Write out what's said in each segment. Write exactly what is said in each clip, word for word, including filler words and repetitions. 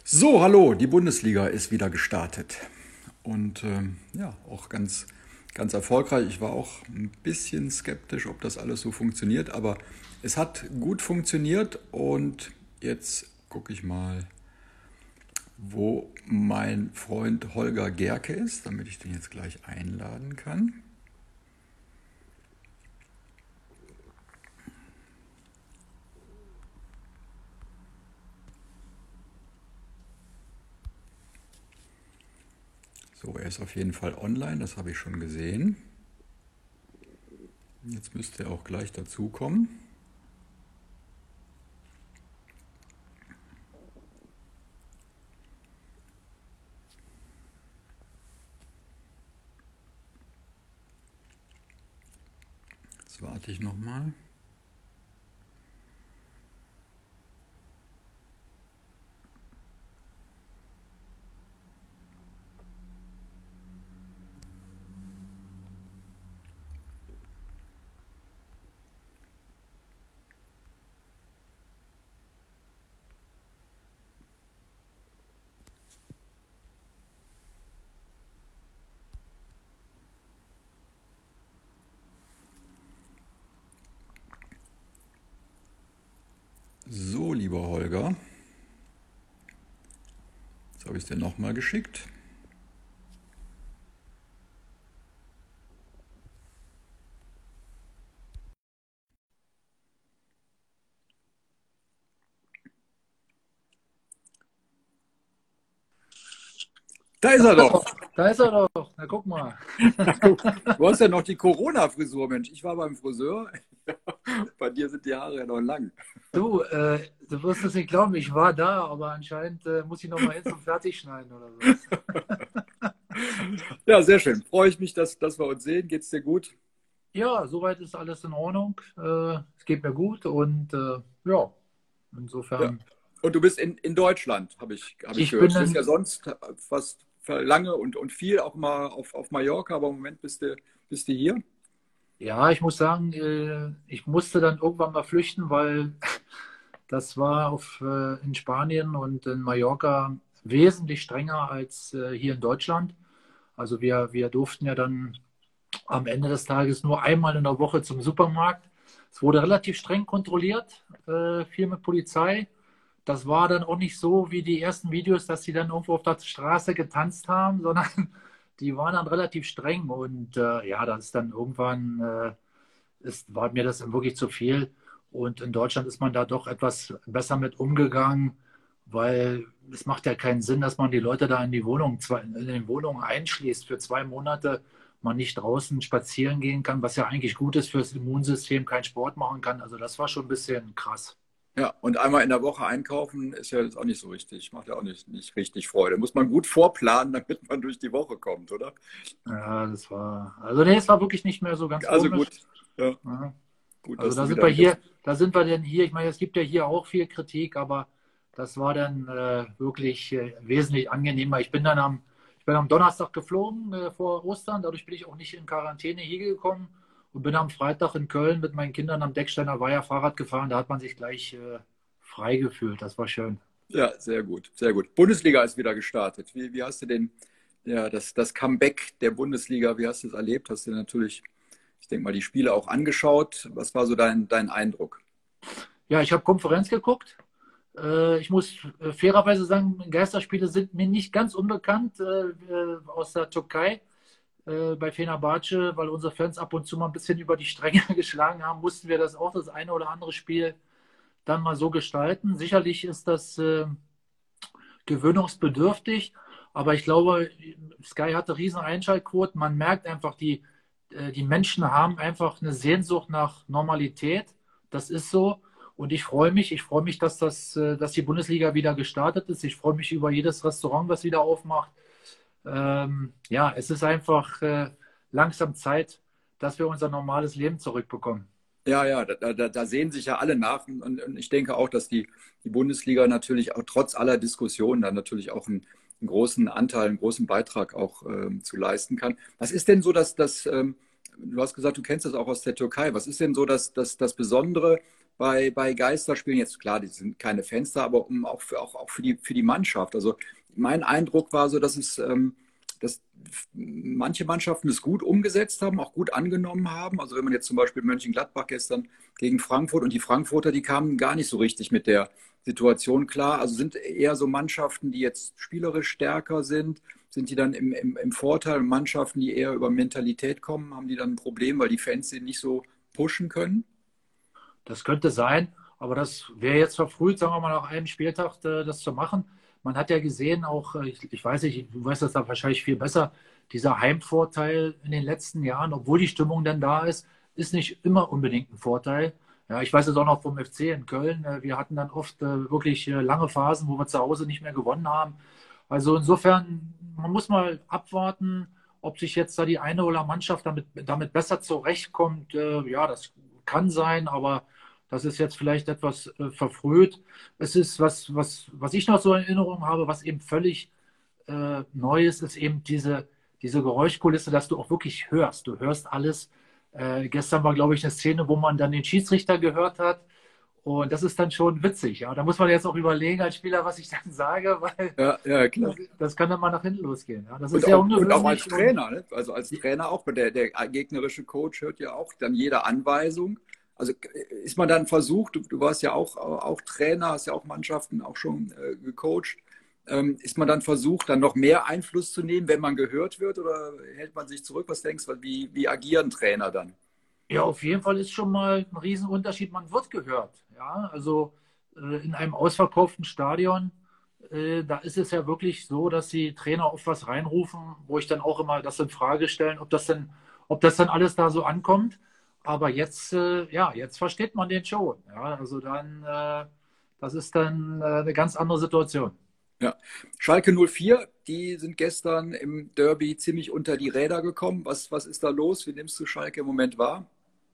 So, hallo, die Bundesliga ist wieder gestartet. Und ähm, ja, auch ganz, ganz erfolgreich. Ich war auch ein bisschen skeptisch, ob das alles so funktioniert, aber es hat gut funktioniert. Und jetzt gucke ich mal, wo mein Freund Holger Gerke ist, damit ich den jetzt gleich einladen kann. So, er ist auf jeden Fall online, das habe ich schon gesehen. Jetzt müsste er auch gleich dazukommen. Jetzt warte ich nochmal. So, lieber Holger, jetzt habe ich es dir nochmal geschickt. Da ist er doch. Da ist er doch. Na, guck mal. Du hast ja noch die Corona-Frisur, Mensch. Ich war beim Friseur. Bei dir sind die Haare ja noch lang. Du, äh, du wirst es nicht glauben, ich war da, aber anscheinend äh, muss ich noch mal hin zum Fertigschneiden oder was. Ja, sehr schön. Freue ich mich, dass, dass wir uns sehen. Geht's dir gut? Ja, soweit ist alles in Ordnung. Äh, es geht mir gut und äh, ja, Ja. insofern. Und du bist in, in Deutschland, habe ich, hab ich Ich bin gehört. Du bist ja dann, sonst fast lange und, und viel auch mal auf, auf Mallorca, aber im Moment bist du, bist du hier. ja, ich muss sagen, äh, ich musste dann irgendwann mal flüchten, weil das war auf, äh, in Spanien und in Mallorca wesentlich strenger als äh, hier in Deutschland. Also wir, wir durften ja dann am Ende des Tages nur einmal in der Woche zum Supermarkt. Es wurde relativ streng kontrolliert, äh, viel mit Polizei. Das war dann auch nicht so wie die ersten Videos, dass sie dann irgendwo auf der Straße getanzt haben, sondern die waren dann relativ streng. Und äh, ja, das ist dann irgendwann, äh, ist, war mir das dann wirklich zu viel. Und in Deutschland ist man da doch etwas besser mit umgegangen, weil es macht ja keinen Sinn, dass man die Leute da in die Wohnung, in den Wohnungen einschließt für zwei Monate, man nicht draußen spazieren gehen kann, was ja eigentlich gut ist fürs Immunsystem, keinen Sport machen kann. Also das war schon ein bisschen krass. Ja, und einmal in der Woche einkaufen ist ja jetzt auch nicht so richtig. Macht ja auch nicht, nicht richtig Freude. Muss man gut vorplanen, damit man durch die Woche kommt, oder? Ja, das war, also nee, es war wirklich nicht mehr so ganz Also komisch. gut. Ja, Ja. gut, Also dass da du sind wieder wir hier bist. hier, da sind wir denn hier, ich meine, es gibt ja hier auch viel Kritik, aber das war dann äh, wirklich äh, wesentlich angenehmer. Ich bin dann am, ich bin am Donnerstag geflogen äh, vor Ostern, dadurch bin ich auch nicht in Quarantäne hier gekommen und bin am Freitag in Köln mit meinen Kindern am Decksteiner Weiher Fahrrad gefahren. Da hat man sich gleich äh, frei gefühlt. Das war schön. Ja, sehr gut, sehr gut. Bundesliga ist wieder gestartet. Wie, wie hast du den, ja, das, das Comeback der Bundesliga, wie hast du es erlebt? Hast du natürlich, ich denke mal, die Spiele auch angeschaut. Was war so dein, dein Eindruck? Ja, ich habe Konferenz geguckt. Äh, ich muss äh, fairerweise sagen, Geisterspiele sind mir nicht ganz unbekannt äh, äh, aus der Türkei. Äh, bei Fenerbahce, weil unsere Fans ab und zu mal ein bisschen über die Stränge geschlagen haben, mussten wir das auch das eine oder andere Spiel dann mal so gestalten. Sicherlich ist das äh, gewöhnungsbedürftig, aber ich glaube, Sky hatte riesen Einschaltquoten. Man merkt einfach, die, äh, die Menschen haben einfach eine Sehnsucht nach Normalität. Das ist so. Und ich freue mich, ich freue mich, dass das, äh, dass die Bundesliga wieder gestartet ist. Ich freue mich über jedes Restaurant, was wieder aufmacht. Ähm, ja, es ist einfach äh, langsam Zeit, dass wir unser normales Leben zurückbekommen. Ja, ja, da, da, da sehen sich ja alle nach. Und, und ich denke auch, dass die, die Bundesliga natürlich auch trotz aller Diskussionen dann natürlich auch einen, einen großen Anteil, einen großen Beitrag auch ähm, zu leisten kann. Was ist denn so, dass das, ähm, du hast gesagt, du kennst das auch aus der Türkei. Was ist denn so das, das, das Besondere bei, bei Geisterspielen, jetzt klar, die sind keine Fenster, aber um auch für, auch, auch für die, für die Mannschaft. Also mein Eindruck war so, dass es, ähm, dass manche Mannschaften es gut umgesetzt haben, auch gut angenommen haben. Also wenn man jetzt zum Beispiel Mönchengladbach gestern gegen Frankfurt und die Frankfurter, die kamen gar nicht so richtig mit der Situation klar. Also sind eher so Mannschaften, die jetzt spielerisch stärker sind, sind die dann im, im, im Vorteil. Mannschaften, die eher über Mentalität kommen, haben die dann ein Problem, weil die Fans sie nicht so pushen können? Das könnte sein, aber das wäre jetzt verfrüht, sagen wir mal, nach einem Spieltag äh, das zu machen. Man hat ja gesehen, auch, äh, ich, ich weiß nicht, du weißt das da wahrscheinlich viel besser, dieser Heimvorteil in den letzten Jahren, obwohl die Stimmung dann da ist, ist nicht immer unbedingt ein Vorteil. Ja, ich weiß es auch noch vom F C in Köln. äh, Wir hatten dann oft äh, wirklich äh, lange Phasen, wo wir zu Hause nicht mehr gewonnen haben. Also insofern, man muss mal abwarten, ob sich jetzt da die eine oder Mannschaft damit, damit besser zurechtkommt. Äh, Ja, das kann sein, aber das ist jetzt vielleicht etwas äh, verfrüht. Es ist was, was, was ich noch so in Erinnerung habe, was eben völlig äh, neu ist, ist eben diese, diese Geräuschkulisse, dass du auch wirklich hörst. Du hörst alles. Äh, gestern war, glaube ich, eine Szene, wo man dann den Schiedsrichter gehört hat. Und das ist dann schon witzig. Ja. Da muss man jetzt auch überlegen als Spieler, was ich dann sage, weil Ja, ja, das, klar. das kann dann mal nach hinten losgehen. Ja. Das ist Und sehr auch, und auch als ungewöhnlich. Und Trainer, ne? Also als Trainer auch, der, der gegnerische Coach hört ja auch dann jede Anweisung. Also ist man dann versucht, du, du warst ja auch, auch Trainer, hast ja auch Mannschaften auch schon äh, gecoacht, ähm, ist man dann versucht, dann noch mehr Einfluss zu nehmen, wenn man gehört wird, oder hält man sich zurück? Was denkst du, wie, wie agieren Trainer dann? ja, auf jeden Fall ist schon mal ein Riesenunterschied. Man wird gehört. Ja, also äh, in einem ausverkauften Stadion, äh, da ist es ja wirklich so, dass die Trainer auf was reinrufen, wo ich dann auch immer das in Frage stellen, ob das denn, ob das dann alles da so ankommt. Aber jetzt, äh, ja, jetzt versteht man den schon. Ja, also dann, äh, das ist dann äh, eine ganz andere Situation. Ja. Schalke null vier, die sind gestern im Derby ziemlich unter die Räder gekommen. Was, was ist da los? Wie nimmst du Schalke im Moment wahr?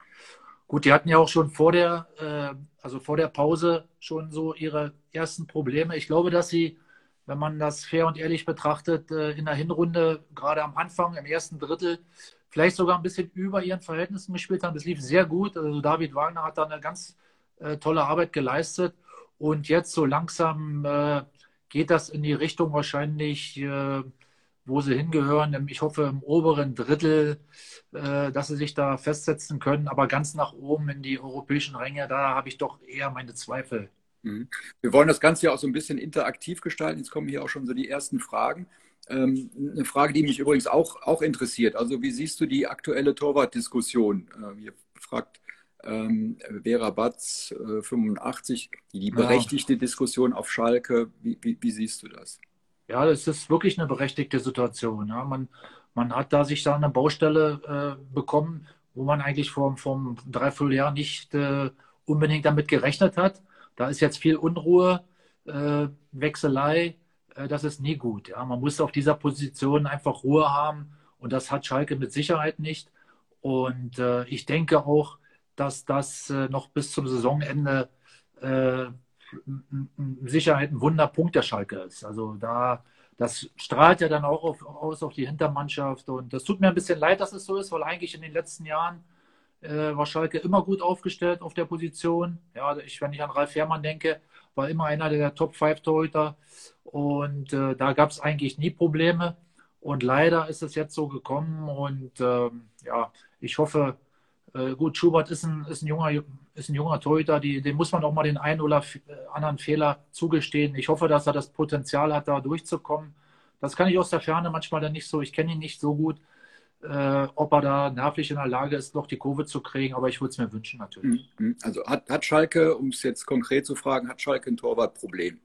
Gut, die hatten ja auch schon vor der, äh, also vor der Pause schon so ihre ersten Probleme. Ich glaube, dass sie, wenn man das fair und ehrlich betrachtet, äh, in der Hinrunde, gerade am Anfang, im ersten Drittel, vielleicht sogar ein bisschen über ihren Verhältnissen gespielt haben. Das lief sehr gut. Also David Wagner hat da eine ganz äh, tolle Arbeit geleistet. Und jetzt so langsam äh, geht das in die Richtung wahrscheinlich, äh, wo sie hingehören. Ich hoffe im oberen Drittel, äh, dass sie sich da festsetzen können. Aber ganz nach oben in die europäischen Ränge, da habe ich doch eher meine Zweifel. Mhm. Wir wollen das Ganze ja auch so ein bisschen interaktiv gestalten. Jetzt kommen hier auch schon so die ersten Fragen. Ähm, eine Frage, die mich übrigens auch, auch interessiert. Also wie siehst du die aktuelle Torwartdiskussion? Äh, hier fragt ähm, Vera Batz, äh, fünfundachtzig, die, die Ja, berechtigte Diskussion auf Schalke. Wie, wie, wie siehst du das? ja, das ist wirklich eine berechtigte Situation. Ja. Man, man hat da sich da eine Baustelle äh, bekommen, wo man eigentlich vor, vor einem Dreivierteljahr nicht äh, unbedingt damit gerechnet hat. Da ist jetzt viel Unruhe, äh, Wechselei. Äh, das ist nie gut. Ja. Man muss auf dieser Position einfach Ruhe haben und das hat Schalke mit Sicherheit nicht. Und äh, ich denke auch, dass das äh, noch bis zum Saisonende äh, mit Sicherheit ein Wunderpunkt der Schalke ist. Also da, das strahlt ja dann auch auf, aus auf die Hintermannschaft. Und das tut mir ein bisschen leid, dass es so ist, weil eigentlich in den letzten Jahren äh, war Schalke immer gut aufgestellt auf der Position. Ja, ich, wenn ich an Ralf Fährmann denke, war immer einer der Top fünf Torhüter. Und äh, da gab es eigentlich nie Probleme. Und leider ist es jetzt so gekommen. Und ähm, ja, ich hoffe, äh, gut, Schubert ist ein, ist ein junger, ist ein junger Torhüter, die, dem muss man auch mal den einen oder f- äh, anderen Fehler zugestehen. Ich hoffe, dass er das Potenzial hat, da durchzukommen. Das kann ich aus der Ferne manchmal dann nicht so. Ich kenne ihn nicht so gut, äh, ob er da nervlich in der Lage ist, noch die Kurve zu kriegen. Aber ich würde es mir wünschen, natürlich. Mhm. Also hat, hat Schalke, um es jetzt konkret zu fragen, hat Schalke ein Torwartproblem?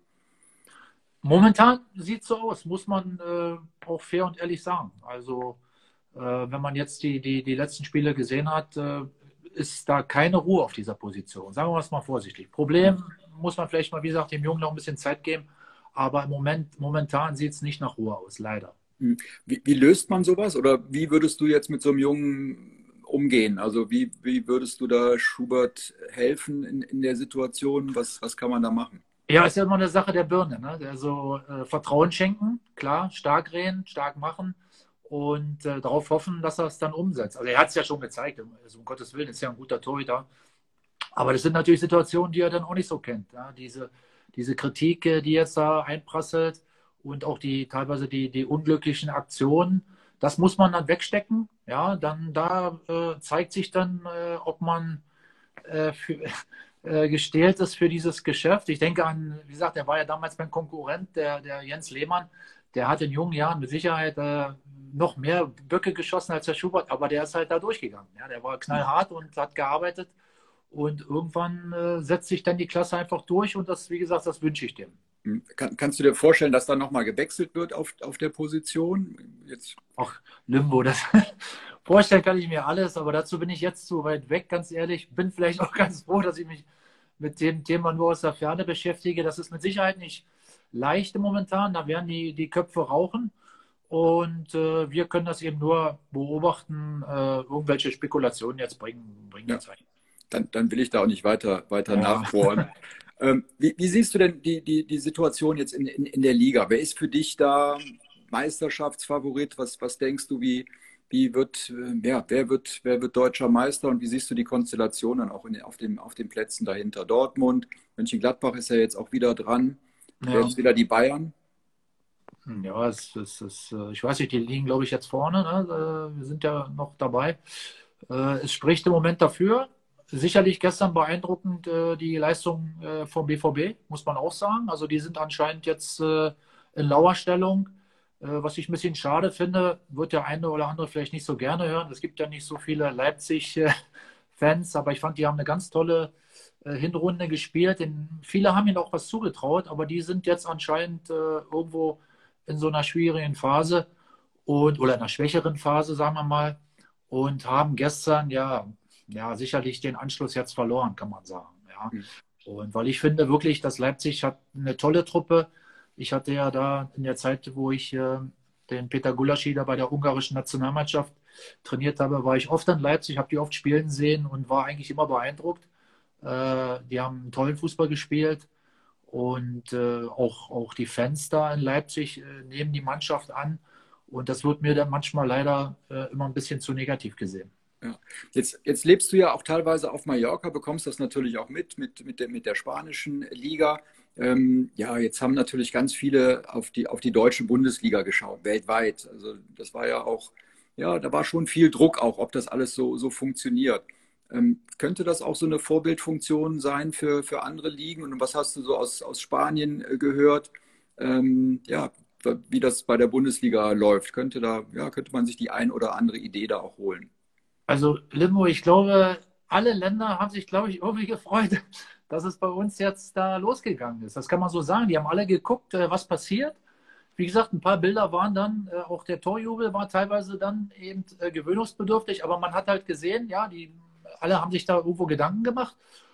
Momentan sieht es so aus, muss man äh, auch fair und ehrlich sagen. Also, äh, wenn man jetzt die, die, die letzten Spiele gesehen hat, äh, ist da keine Ruhe auf dieser Position. Sagen wir es mal vorsichtig. Problem muss man vielleicht mal, wie gesagt, dem Jungen noch ein bisschen Zeit geben. Aber im Moment, momentan sieht es nicht nach Ruhe aus, leider. Hm. Wie, wie löst man sowas? Oder wie würdest du jetzt mit so einem Jungen umgehen? Also wie, wie würdest du da Schubert helfen in, in der Situation? Was, was kann man da machen? Ja, ist ja immer eine Sache der Birne. Ne? Also äh, Vertrauen schenken, klar, stark reden, stark machen und äh, darauf hoffen, dass er es dann umsetzt. Also er hat es ja schon gezeigt, also um Gottes Willen ist ja ein guter Torhüter. Aber das sind natürlich Situationen, die er dann auch nicht so kennt. Ja? Diese, diese Kritik, äh, die jetzt da einprasselt und auch die teilweise die, die unglücklichen Aktionen, das muss man dann wegstecken. Ja, dann da äh, zeigt sich dann, äh, ob man äh, für, äh, gestählt ist für dieses Geschäft. Ich denke an, wie gesagt, er war ja damals mein Konkurrent, der, der Jens Lehmann. Der hat in jungen Jahren mit Sicherheit äh, noch mehr Böcke geschossen als der Schubert, aber der ist halt da durchgegangen. Ja, der war knallhart und hat gearbeitet. Und irgendwann äh, setzt sich dann die Klasse einfach durch und das, wie gesagt, das wünsche ich dem. Kann, kannst du dir vorstellen, dass da nochmal gewechselt wird auf, auf der Position? Jetzt. Ach, Limbo, das vorstellen kann ich mir alles, aber dazu bin ich jetzt zu weit weg, ganz ehrlich. Bin vielleicht auch ganz froh, dass ich mich mit dem Thema nur aus der Ferne beschäftige. Das ist mit Sicherheit nicht leicht momentan. Da werden die, die Köpfe rauchen. Und äh, wir können das eben nur beobachten, äh, irgendwelche Spekulationen jetzt bringen, bringen Ja. jetzt ein. Dann, dann will ich da auch nicht weiter, weiter Ja. nachbohren. ähm, wie, wie siehst du denn die, die, die Situation jetzt in, in, in der Liga? Wer ist für dich da Meisterschaftsfavorit? Was, was denkst du, wie, wie wird, äh, ja, wer wird, wer wird deutscher Meister und wie siehst du die Konstellation dann auch in, auf, dem, auf den Plätzen dahinter? Dortmund, Mönchengladbach ist ja jetzt auch wieder dran. Ja. Jetzt wieder die Bayern. Ja, es, es, es, äh, ich weiß nicht, die liegen, glaube ich, jetzt vorne. Ne? Äh, Wir sind ja noch dabei. Äh, Es spricht im Moment dafür. Sicherlich gestern beeindruckend äh, die Leistung äh, vom B V B, muss man auch sagen. Also die sind anscheinend jetzt äh, in Lauerstellung. Äh, Was ich ein bisschen schade finde, wird der eine oder andere vielleicht nicht so gerne hören. Es gibt ja nicht so viele Leipzig-Fans, aber ich fand, die haben eine ganz tolle äh, Hinrunde gespielt. Den, viele haben ihnen auch was zugetraut, aber die sind jetzt anscheinend äh, irgendwo in so einer schwierigen Phase und oder einer schwächeren Phase, sagen wir mal, und haben gestern ja, ja sicherlich den Anschluss jetzt verloren, kann man sagen. Ja. Hm. Und weil ich finde wirklich, dass Leipzig hat eine tolle Truppe. Ich hatte ja da in der Zeit, wo ich äh, den Peter Gulaschi da bei der ungarischen Nationalmannschaft trainiert habe, war ich oft in Leipzig, habe die oft spielen sehen und war eigentlich immer beeindruckt. Äh, die haben einen tollen Fußball gespielt. Und äh, auch, auch die Fans da in Leipzig äh, nehmen die Mannschaft an. Und das wird mir dann manchmal leider äh, immer ein bisschen zu negativ gesehen. Ja. Jetzt, jetzt lebst du ja auch teilweise auf Mallorca, bekommst das natürlich auch mit, mit, mit der, mit der spanischen Liga. Ähm, ja, jetzt haben natürlich ganz viele auf die, auf die deutsche Bundesliga geschaut, weltweit. Also das war ja auch, ja, da war schon viel Druck auch, ob das alles so, so funktioniert. Ähm, könnte das auch so eine Vorbildfunktion sein für, für andere Ligen? Und was hast du so aus, aus Spanien äh, gehört? Ähm, ja, wie das bei der Bundesliga läuft. Könnte da, ja, könnte man sich die ein oder andere Idee da auch holen? Also Limbo, ich glaube, alle Länder haben sich, glaube ich, irgendwie gefreut, dass es bei uns jetzt da losgegangen ist. Das kann man so sagen. Die haben alle geguckt, äh, was passiert. Wie gesagt, ein paar Bilder waren dann, äh, auch der Torjubel war teilweise dann eben äh, gewöhnungsbedürftig, aber man hat halt gesehen, ja, die alle haben sich da irgendwo Gedanken gemacht.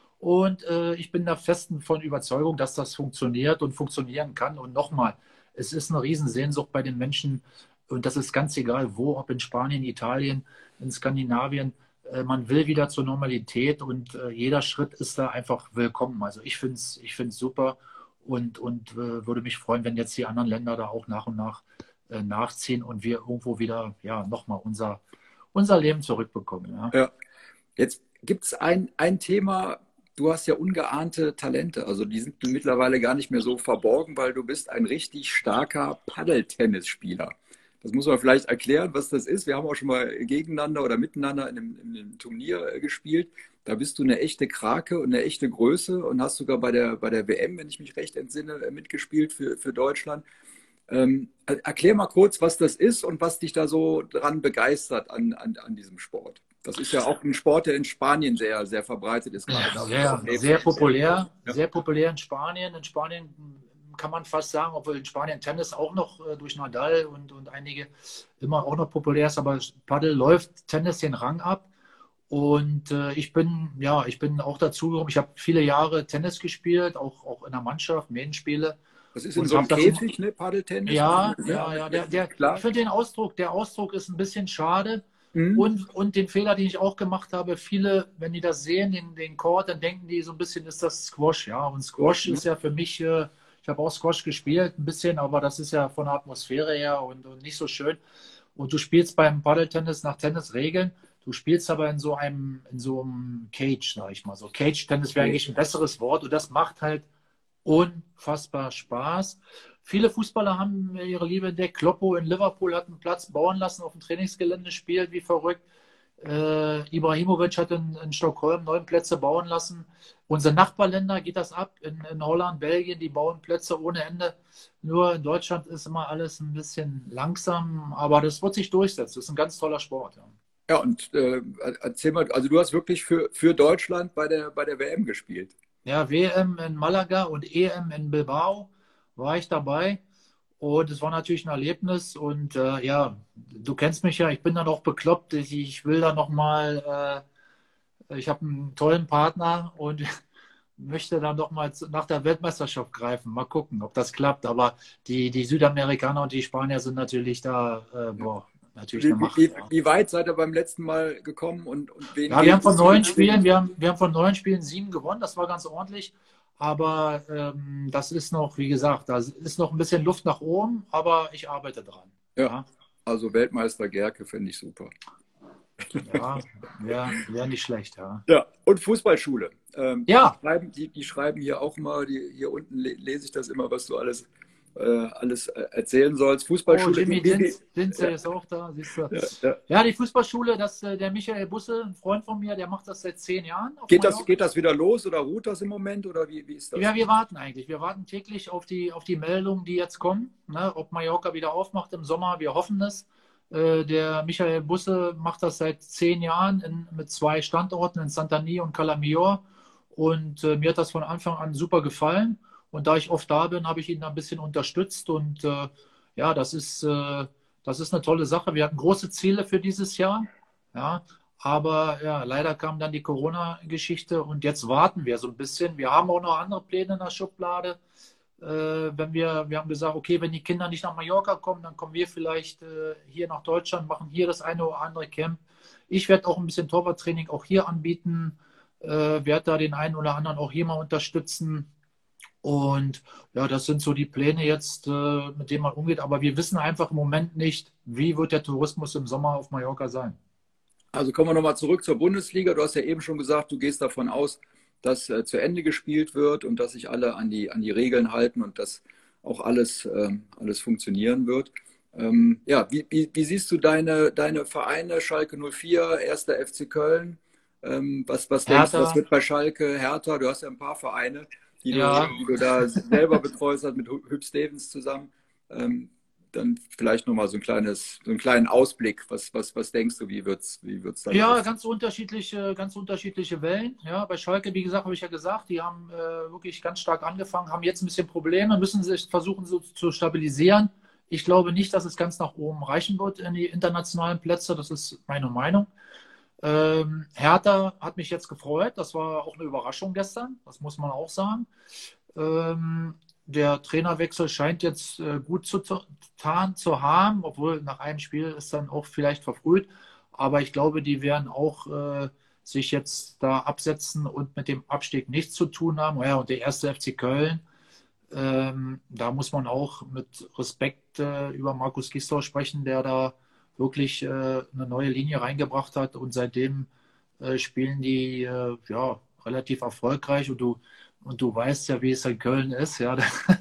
Und äh, ich bin da festen von Überzeugung, dass das funktioniert und funktionieren kann. Und nochmal, es ist eine Riesensehnsucht bei den Menschen. Und das ist ganz egal, wo, ob in Spanien, Italien, in Skandinavien. Äh, man will wieder zur Normalität und äh, jeder Schritt ist da einfach willkommen. Also ich finde es ich find's super und, und äh, würde mich freuen, wenn jetzt die anderen Länder da auch nach und nach äh, nachziehen und wir irgendwo wieder, ja, nochmal unser, unser Leben zurückbekommen. Ja. Ja. Jetzt gibt es ein, ein Thema, du hast ja ungeahnte Talente, also die sind mittlerweile gar nicht mehr so verborgen, weil du bist ein richtig starker Paddeltennisspieler. Das muss man vielleicht erklären, was das ist. Wir haben auch schon mal gegeneinander oder miteinander in einem, in einem Turnier äh, gespielt. Da bist du eine echte Krake und eine echte Größe und hast sogar bei der, bei der W M, wenn ich mich recht entsinne, äh, mitgespielt für, für Deutschland. Ähm, erklär mal kurz, was das ist und was dich da so dran begeistert an, an, an diesem Sport. Das ist ja auch ein Sport, der in Spanien sehr, sehr verbreitet ist. Gerade Sehr, da. sehr populär, Ja. sehr populär in Spanien. In Spanien kann man fast sagen, obwohl in Spanien Tennis auch noch äh, durch Nadal und, und einige immer auch noch populär ist, aber Paddel läuft Tennis den Rang ab. Und äh, ich bin, ja, ich bin auch dazu gekommen. Ich habe viele Jahre Tennis gespielt, auch, auch in der Mannschaft, Medienspiele. Das ist in Und so einem habe das Käfig, ne, Paddeltennis. ja, Ne? ja, ja. Der, der, Klar. ich finde den Ausdruck, der Ausdruck ist ein bisschen schade. Mhm. Und, und den Fehler, den ich auch gemacht habe, viele, wenn die das sehen, den, den Chord, dann denken die so ein bisschen, ist das Squash, ja. Und Squash Mhm. ist ja für mich, äh, ich habe auch Squash gespielt, ein bisschen, aber das ist ja von der Atmosphäre her und, und nicht so schön. Und du spielst beim Paddeltennis nach Tennisregeln. Du spielst aber in so einem, in so einem Cage, sag ich mal so. Cage-Tennis wäre eigentlich ein besseres Wort und das macht halt unfassbar Spaß. Viele Fußballer haben ihre Liebe entdeckt. Kloppo in Liverpool hat einen Platz bauen lassen, auf dem Trainingsgelände spielt wie verrückt. Äh, Ibrahimovic hat in, in Stockholm neun Plätze bauen lassen. Unsere Nachbarländer geht das ab. In, in Holland, Belgien, die bauen Plätze ohne Ende. Nur in Deutschland ist immer alles ein bisschen langsam, aber das wird sich durchsetzen. Das ist ein ganz toller Sport. Ja, Ja, und äh, erzähl mal, also du hast wirklich für, für Deutschland bei der, bei der W M gespielt. ja, W M in Malaga und E M in Bilbao war ich dabei. Und es war natürlich ein Erlebnis. Und äh, ja, du kennst mich ja, ich bin dann auch bekloppt. Ich, ich will da nochmal, äh, ich habe einen tollen Partner und möchte dann doch mal nach der Weltmeisterschaft greifen. Mal gucken, ob das klappt. Aber die, die Südamerikaner und die Spanier sind natürlich da, äh, boah, natürlich Wie, eine Macht. wie, Ja. wie weit seid ihr beim letzten Mal gekommen und, und wen Ja, wir haben geht von es? neun Spielen, wir haben, wir haben von neun Spielen sieben gewonnen. Das war ganz ordentlich. Aber ähm, das ist noch, wie gesagt, da ist noch ein bisschen Luft nach oben, aber ich arbeite dran. Ja, Ja, also Weltmeister Gerke finde ich super. ja, wäre wär nicht schlecht, ja. Ja, und Fußballschule. Ähm, die, Ja, schreiben, die, die schreiben hier auch mal, die, hier unten le lese ich das immer, was du alles, äh, alles äh, erzählen sollst. oh, Fußballschule, Jimmy wie, wie, wie, Dinz, Dinze ja, ist auch da, siehst du. ja, ja. Ja, die Fußballschule, das, äh, der Michael Busse, ein Freund von mir, der macht das seit zehn Jahren auf Geht das, Mallorca. geht das wieder los oder ruht das im Moment oder wie, wie ist das? Ja, wir warten eigentlich. Wir warten täglich auf die, auf die Meldungen, die jetzt kommen, ne? Ob Mallorca wieder aufmacht im Sommer. Wir hoffen es. Äh, der Michael Busse macht das seit zehn Jahren in, mit zwei Standorten in Santani und Calamior. Und äh, mir hat das von Anfang an super gefallen. Und da ich oft da bin, habe ich ihn da ein bisschen unterstützt. Und äh, ja, das ist, äh, das ist eine tolle Sache. Wir hatten große Ziele für dieses Jahr. Ja, aber ja, leider kam dann die Corona-Geschichte und jetzt warten wir so ein bisschen. Wir haben auch noch andere Pläne in der Schublade. Äh, wenn wir, wir haben gesagt, okay, wenn die Kinder nicht nach Mallorca kommen, dann kommen wir vielleicht äh, hier nach Deutschland, machen hier das eine oder andere Camp. Ich werde auch ein bisschen Torwarttraining auch hier anbieten, äh, werde da den einen oder anderen auch hier mal unterstützen. Und ja, das sind so die Pläne jetzt, äh, mit denen man umgeht. Aber wir wissen einfach im Moment nicht, wie wird der Tourismus im Sommer auf Mallorca sein. Also kommen wir nochmal zurück zur Bundesliga. Du hast ja eben schon gesagt, du gehst davon aus, dass äh, zu Ende gespielt wird und dass sich alle an die, an die Regeln halten und dass auch alles, ähm, alles funktionieren wird. Ähm, ja, wie, wie, wie siehst du deine, deine Vereine, Schalke null vier, erster F C Köln? Ähm, was, was denkst du, was Hertha, wird bei Schalke, Hertha? Du hast ja ein paar Vereine, die du, ja, die du da selber betreust hast mit Hüb Stevens zusammen. Ähm, dann vielleicht nochmal so ein kleines, so einen kleinen Ausblick. Was, was, was denkst du, wie wird's, wie wird's da ja, laufen? ganz unterschiedliche, ganz unterschiedliche Wellen. Ja, bei Schalke, wie gesagt, habe ich ja gesagt, die haben äh, wirklich ganz stark angefangen, haben jetzt ein bisschen Probleme, müssen sich versuchen so zu stabilisieren. Ich glaube nicht, dass es ganz nach oben reichen wird in die internationalen Plätze. Das ist meine Meinung. Ähm, Hertha hat mich jetzt gefreut. Das war auch eine Überraschung gestern. Das muss man auch sagen. Ähm, der Trainerwechsel scheint jetzt äh, gut zu getan zu haben, obwohl nach einem Spiel ist dann auch vielleicht verfrüht. Aber ich glaube, die werden auch äh, sich jetzt da absetzen und mit dem Abstieg nichts zu tun haben. Ja, und der erste F C Köln, ähm, da muss man auch mit Respekt äh, über Markus Gisdol sprechen, der da wirklich äh, eine neue Linie reingebracht hat. Und seitdem äh, spielen die äh, ja, relativ erfolgreich. Und du, und du weißt ja, wie es in Köln ist. Ja.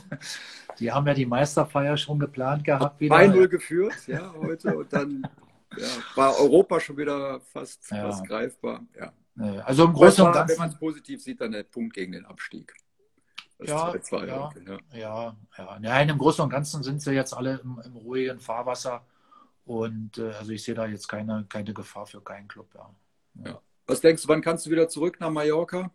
Die haben ja die Meisterfeier schon geplant gehabt wieder. zwei null geführt, ja, heute und dann ja, war Europa schon wieder fast, fast Ja, greifbar. Ja. also im Aber es Großen und war, wenn man es Ganzen, positiv sieht, dann der Punkt gegen den Abstieg. Das ja, zwei zwei ja, heute, ja. ja, ja. Nein, im Großen und Ganzen sind sie jetzt alle im, im ruhigen Fahrwasser. Und äh, also ich sehe da jetzt keine, keine Gefahr für keinen Club. Ja. Ja. Ja. Was denkst du, wann kannst du wieder zurück nach Mallorca?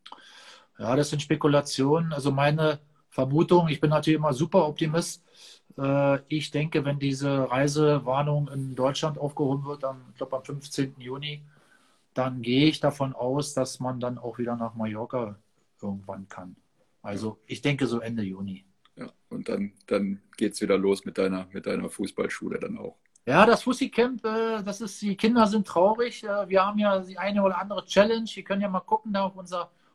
Ja, das sind Spekulationen. Also meine Vermutung, ich bin natürlich immer super Optimist. Äh, ich denke, wenn diese Reisewarnung in Deutschland aufgehoben wird, am, ich glaube am fünfzehnten Juni, dann gehe ich davon aus, dass man dann auch wieder nach Mallorca irgendwann kann. Ja, Also ich denke so Ende Juni. ja. Und dann, dann geht es wieder los mit deiner, mit deiner Fußballschule dann auch. Ja, das Fussi-Camp, äh, das ist, die Kinder sind traurig. Äh, wir haben ja die eine oder andere Challenge. Wir können ja mal gucken da auf unser,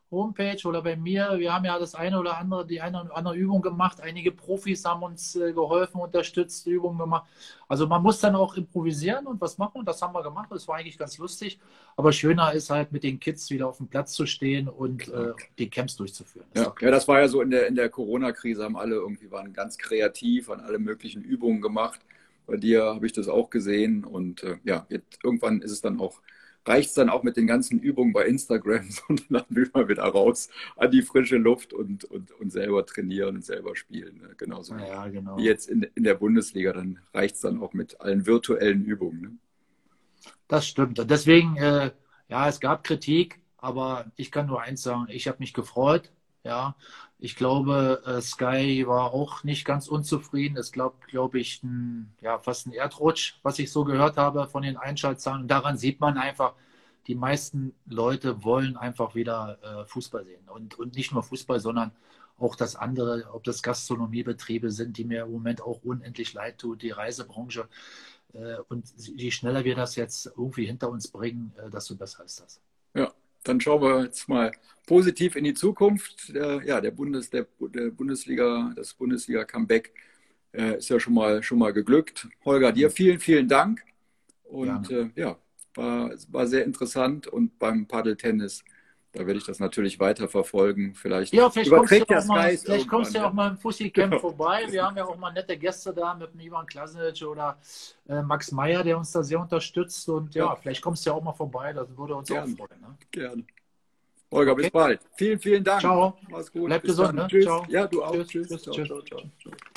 Homepage oder bei mir. Wir haben ja das eine oder andere, die eine oder andere Übung gemacht. Einige Profis haben uns äh, geholfen, unterstützt, Übungen gemacht. Also man muss dann auch improvisieren und was machen. Und das haben wir gemacht. Das war eigentlich ganz lustig. Aber schöner ist halt mit den Kids wieder auf dem Platz zu stehen und äh, die Camps durchzuführen. Das Ja, ja, das war ja so in der, in der Corona-Krise, haben alle irgendwie, waren ganz kreativ, haben alle möglichen Übungen gemacht. Bei dir habe ich das auch gesehen und äh, ja, jetzt, irgendwann ist es dann auch, reicht es dann auch mit den ganzen Übungen bei Instagram, sondern dann will man wieder raus an die frische Luft und, und, und selber trainieren und selber spielen. Ne? Genauso wie, Ja, genau. wie jetzt in, in der Bundesliga, dann reicht es dann auch mit allen virtuellen Übungen. Ne? Das stimmt. Und deswegen, äh, ja, es gab Kritik, aber ich kann nur eins sagen, ich habe mich gefreut. Ja, ich glaube, äh, Sky war auch nicht ganz unzufrieden. Es gab, glaube ich, ein, ja, fast ein Erdrutsch, was ich so gehört habe von den Einschaltzahlen. Und daran sieht man einfach, die meisten Leute wollen einfach wieder äh, Fußball sehen. Und, und nicht nur Fußball, sondern auch das andere, ob das Gastronomiebetriebe sind, die mir im Moment auch unendlich leid tun, die Reisebranche. Äh, und je schneller wir das jetzt irgendwie hinter uns bringen, äh, desto besser ist das. Ja, dann schauen wir jetzt mal positiv in die Zukunft. Der, ja, der, Bundes, der, der Bundesliga, das Bundesliga-Comeback äh, ist ja schon mal, schon mal geglückt. Holger, dir vielen, vielen Dank. Und äh, ja, war, war sehr interessant. Und beim Paddeltennis, da werde ich das natürlich weiter verfolgen. Vielleicht, ja, vielleicht kommst du ja der auch mal, Sky vielleicht kommst du ja auch mal im Fussi-Camp Genau. vorbei. Wir haben ja auch mal nette Gäste da mit dem Ivan Klasnic oder äh, Max Meyer, der uns da sehr unterstützt. Und ja, Ja. vielleicht kommst du ja auch mal vorbei. Das würde uns Gerne. auch freuen. Ne? Gerne. Holger, Okay. bis bald. Vielen, vielen Dank. Ciao. Mach's gut. Bleib Bis gesund. dann. Ne? Tschüss. Ciao. Ja, du auch. Tschüss. Tschüss. Tschüss. Ciao, Tschüss. ciao, ciao.